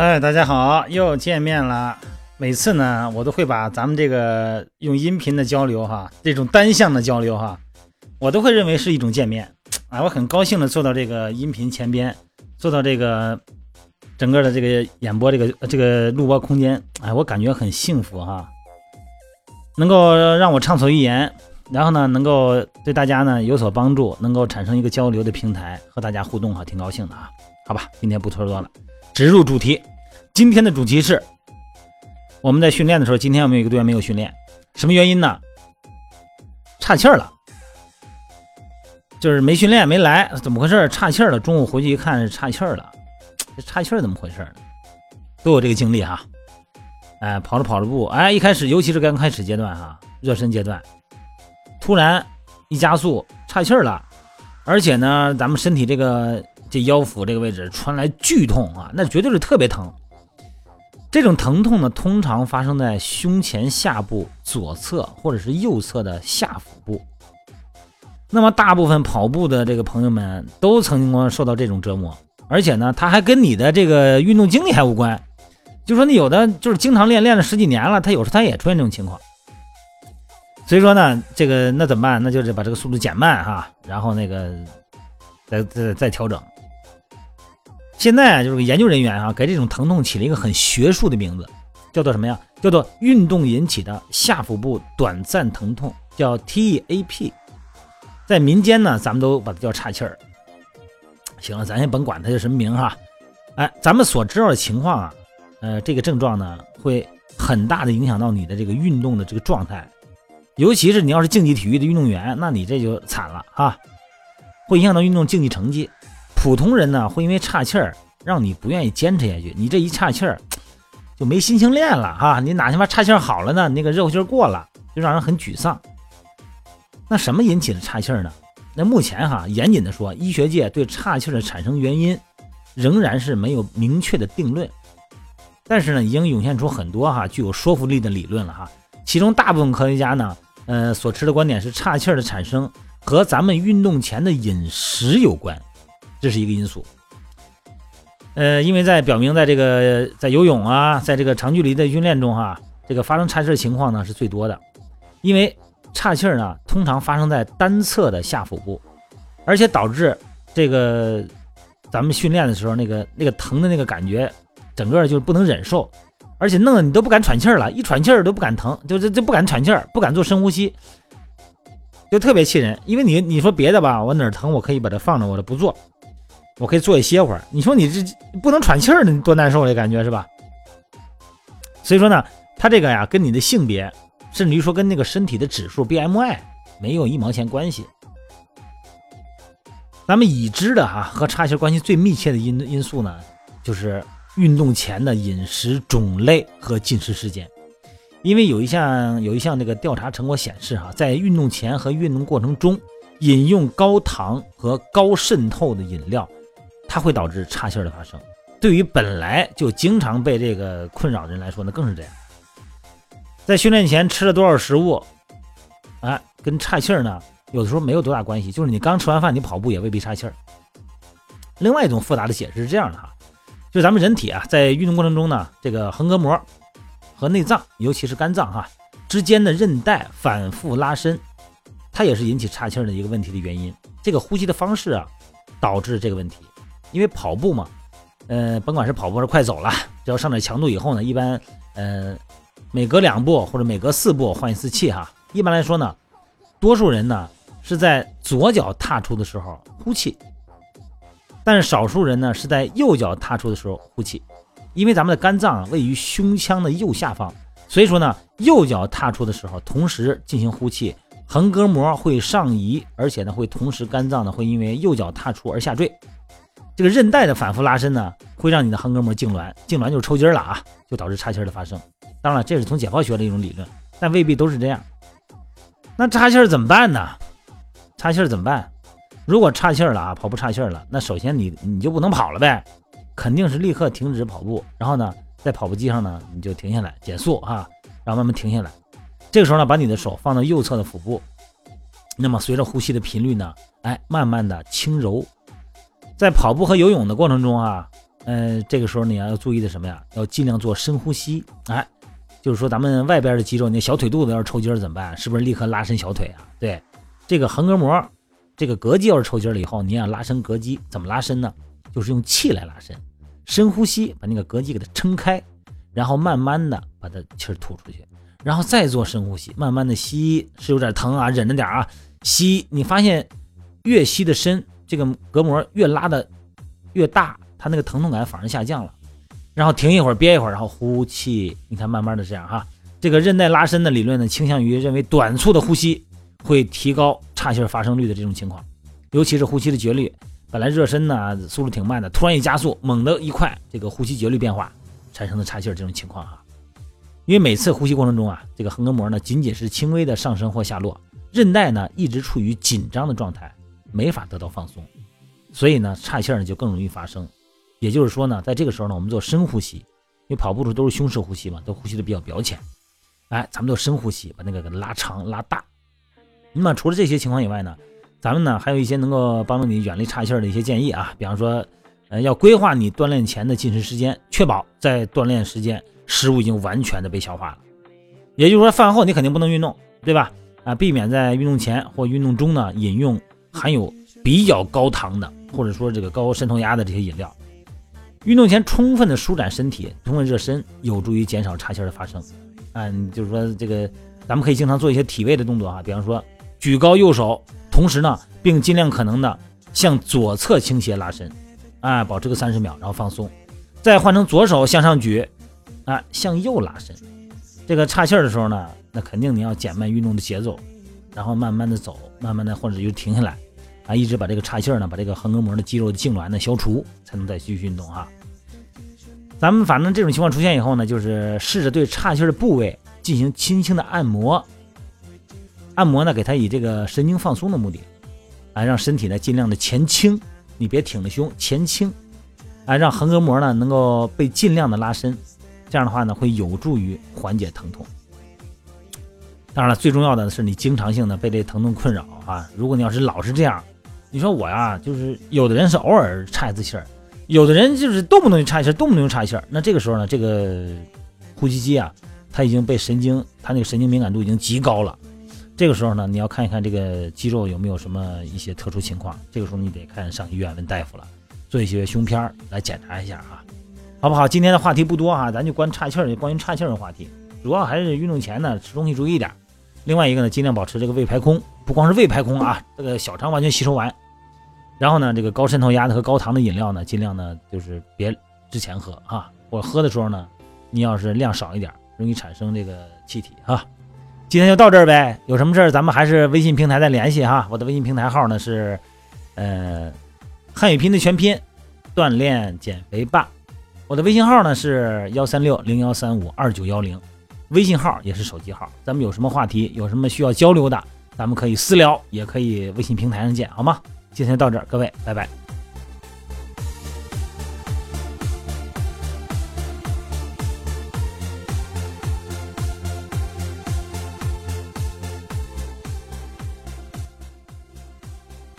哎，大家好，又见面了。每次呢，我都会把咱们这个用音频的交流这种单向的交流我都会认为是一种见面。我很高兴的坐到这个音频前边，坐到这个整个的这个演播这个录播空间，我感觉很幸福能够让我畅所欲言，然后呢，能够对大家呢有所帮助，能够产生一个交流的平台，和大家互动挺高兴的好吧，今天不拖多了，直入主题。今天的主题是我们在训练的时候，今天我们有一个队员没有训练，什么原因呢？岔气儿了，就是没训练没来，怎么回事？岔气儿了，中午回去一看是岔气儿了，这岔气儿怎么回事呢？都有这个经历跑着步，一开始尤其是刚开始阶段热身阶段，突然一加速岔气儿了，而且呢，咱们身体这腰腹这个位置传来剧痛那绝对是特别疼。这种疼痛呢，通常发生在胸前下部左侧或者是右侧的下腹部。那么大部分跑步的这个朋友们都曾经受到这种折磨，而且呢，它还跟你的这个运动经历还无关。就说你有的就是经常练了十几年了，他有时候他也出现这种情况。所以说呢，那怎么办？那就是把这个速度减慢然后再调整。现在就是研究人员给这种疼痛起了一个很学术的名字，叫做什么呀？叫做运动引起的下腹部短暂疼痛，叫 TEAP。在民间呢，咱们都把它叫岔气儿。行了，咱先甭管它是什么名咱们所知道的情况这个症状呢，会很大的影响到你的这个运动的这个状态，尤其是你要是竞技体育的运动员，那你这就惨了会影响到运动竞技成绩。普通人呢，会因为岔气儿让你不愿意坚持下去，你这一岔气儿就没心情练了你哪他妈岔气儿好了呢，那个热乎劲儿过了，就让人很沮丧。那什么引起了岔气儿呢？那目前严谨的说，医学界对岔气儿的产生原因仍然是没有明确的定论，但是呢，已经涌现出很多具有说服力的理论了其中大部分科学家呢所持的观点是岔气儿的产生和咱们运动前的饮食有关，这是一个因素。因为表明在游泳在这个长距离的训练中这个发生岔气儿情况呢是最多的。因为岔气儿呢通常发生在单侧的下腹部，而且导致这个咱们训练的时候那个疼的那个感觉整个就是不能忍受，而且弄得你都不敢喘气儿了，一喘气儿都不敢疼，就不敢喘气儿，不敢做深呼吸，就特别气人。因为你说别的吧，我哪儿疼我可以把它放着，我这不做，我可以坐一歇会儿。你说你这不能喘气儿，你多难受的感觉是吧？所以说呢，它这个跟你的性别，甚至于说跟那个身体的指数 BMI 没有一毛钱关系。咱们已知的和岔气儿关系最密切的因素呢，就是运动前的饮食种类和进食时间。因为有一项这个调查成果显示在运动前和运动过程中饮用高糖和高渗透的饮料，它会导致岔气儿的发生。对于本来就经常被这个困扰的人来说呢，更是这样。在训练前吃了多少食物跟岔气儿呢有的时候没有多大关系，就是你刚吃完饭你跑步也未必岔气儿。另外一种复杂的解释是这样的就是咱们人体在运动过程中呢，这个横膈膜和内脏，尤其是肝脏之间的韧带反复拉伸，它也是引起岔气儿的一个问题的原因。这个呼吸的方式导致这个问题。因为跑步嘛，甭管是跑步还是快走了，只要上点强度以后呢，一般每隔2步或者每隔4步换一次气一般来说呢，多数人呢是在左脚踏出的时候呼气，但是少数人呢是在右脚踏出的时候呼气。因为咱们的肝脏位于胸腔的右下方，所以说呢，右脚踏出的时候同时进行呼气，横膈膜会上移，而且呢会同时肝脏呢会因为右脚踏出而下坠。这个韧带的反复拉伸呢，会让你的横膈膜痉挛，痉挛就是抽筋了就导致岔气儿的发生。当然这是从解剖学的一种理论，但未必都是这样。那岔气儿怎么办呢？岔气儿怎么办？如果岔气儿了跑步岔气儿了，那首先你就不能跑了呗，肯定是立刻停止跑步，然后呢在跑步机上呢你就停下来减速然后慢慢停下来。这个时候呢，把你的手放到右侧的腹部，那么随着呼吸的频率呢慢慢的轻柔。在跑步和游泳的过程中这个时候你要注意的什么呀？要尽量做深呼吸。哎，就是说咱们外边的肌肉，你小腿肚子要是抽筋怎么办？是不是立刻拉伸小腿啊？对，这个横膈膜，这个膈肌要是抽筋了以后，你要拉伸膈肌，怎么拉伸呢？就是用气来拉伸，深呼吸，把那个膈肌给它撑开，然后慢慢的把它气儿吐出去，然后再做深呼吸，慢慢的吸，是有点疼啊，忍着点啊，吸，你发现越吸的深，这个膈膜越拉的越大，它那个疼痛感反而下降了。然后停一会儿，憋一会儿，然后呼气，你看慢慢的这样哈。这个韧带拉伸的理论呢，倾向于认为短促的呼吸会提高岔气发生率的这种情况，尤其是呼吸的节律。本来热身呢速度挺慢的，突然一加速，猛的一快，这个呼吸节律变化产生的岔气这种情况哈。因为每次呼吸过程中啊，这个横膈膜呢仅仅是轻微的上升或下落，韧带呢一直处于紧张的状态，没法得到放松，所以呢岔气呢就更容易发生。也就是说呢，在这个时候呢，我们做深呼吸，因为跑步的时候都是胸式呼吸嘛，都呼吸的比较表浅。哎，咱们做深呼吸，把那个给拉长拉大。那么除了这些情况以外呢，咱们呢还有一些能够帮助你远离岔气的一些建议啊，比方说，要规划你锻炼前的进食时间，确保在锻炼时间食物已经完全的被消化了。也就是说，饭后你肯定不能运动，对吧？啊，避免在运动前或运动中呢饮用含有比较高糖的，或者说这个高渗透压的这些饮料。运动前充分的舒展身体，充分热身，有助于减少岔气的发生。就是说这个咱们可以经常做一些体位的动作啊，比方说举高右手，同时呢并尽量可能的向左侧倾斜拉伸，保持个30秒，然后放松，再换成左手向上举，向右拉伸。这个岔气的时候呢，那肯定你要减慢运动的节奏，然后慢慢的走，慢慢的或者就停下来一直把这个岔气呢，把这个横膈膜的肌肉的痉挛呢消除，才能再继续运动哈。咱们反正这种情况出现以后呢，就是试着对岔气的部位进行轻轻的按摩，按摩呢给它以这个神经放松的目的，让身体呢尽量的前倾，你别挺着胸，前倾，让横膈膜呢能够被尽量的拉伸，这样的话呢会有助于缓解疼痛。当然了，最重要的是你经常性的被这疼痛困扰啊，如果你要是老是这样，你说我呀，就是有的人是偶尔岔一次气儿，有的人就是动不动就岔气儿，动不动就岔气儿，那这个时候呢，这个呼吸机啊，它已经被它那个神经敏感度已经极高了。这个时候呢，你要看一看这个肌肉有没有什么一些特殊情况，这个时候你得上医院问大夫了，做一些胸片来检查一下啊，好不好？今天的话题不多啊，咱就关于岔气儿的话题，主要还是运动前呢吃东西注意点。另外一个呢，尽量保持这个胃排空，不光是胃排空啊，这个小肠完全吸收完。然后呢，这个高渗透压的和高糖的饮料呢，尽量呢就是别之前喝啊，或者喝的时候呢，你要是量少一点，容易产生这个气体啊。今天就到这儿呗，有什么事儿咱们还是微信平台再联系哈。我的微信平台号呢是汉语拼的全拼锻炼减肥吧，我的微信号呢是13601352910，微信号也是手机号。咱们有什么话题，有什么需要交流的，咱们可以私聊，也可以微信平台上见，好吗？今天到这儿，各位，拜拜。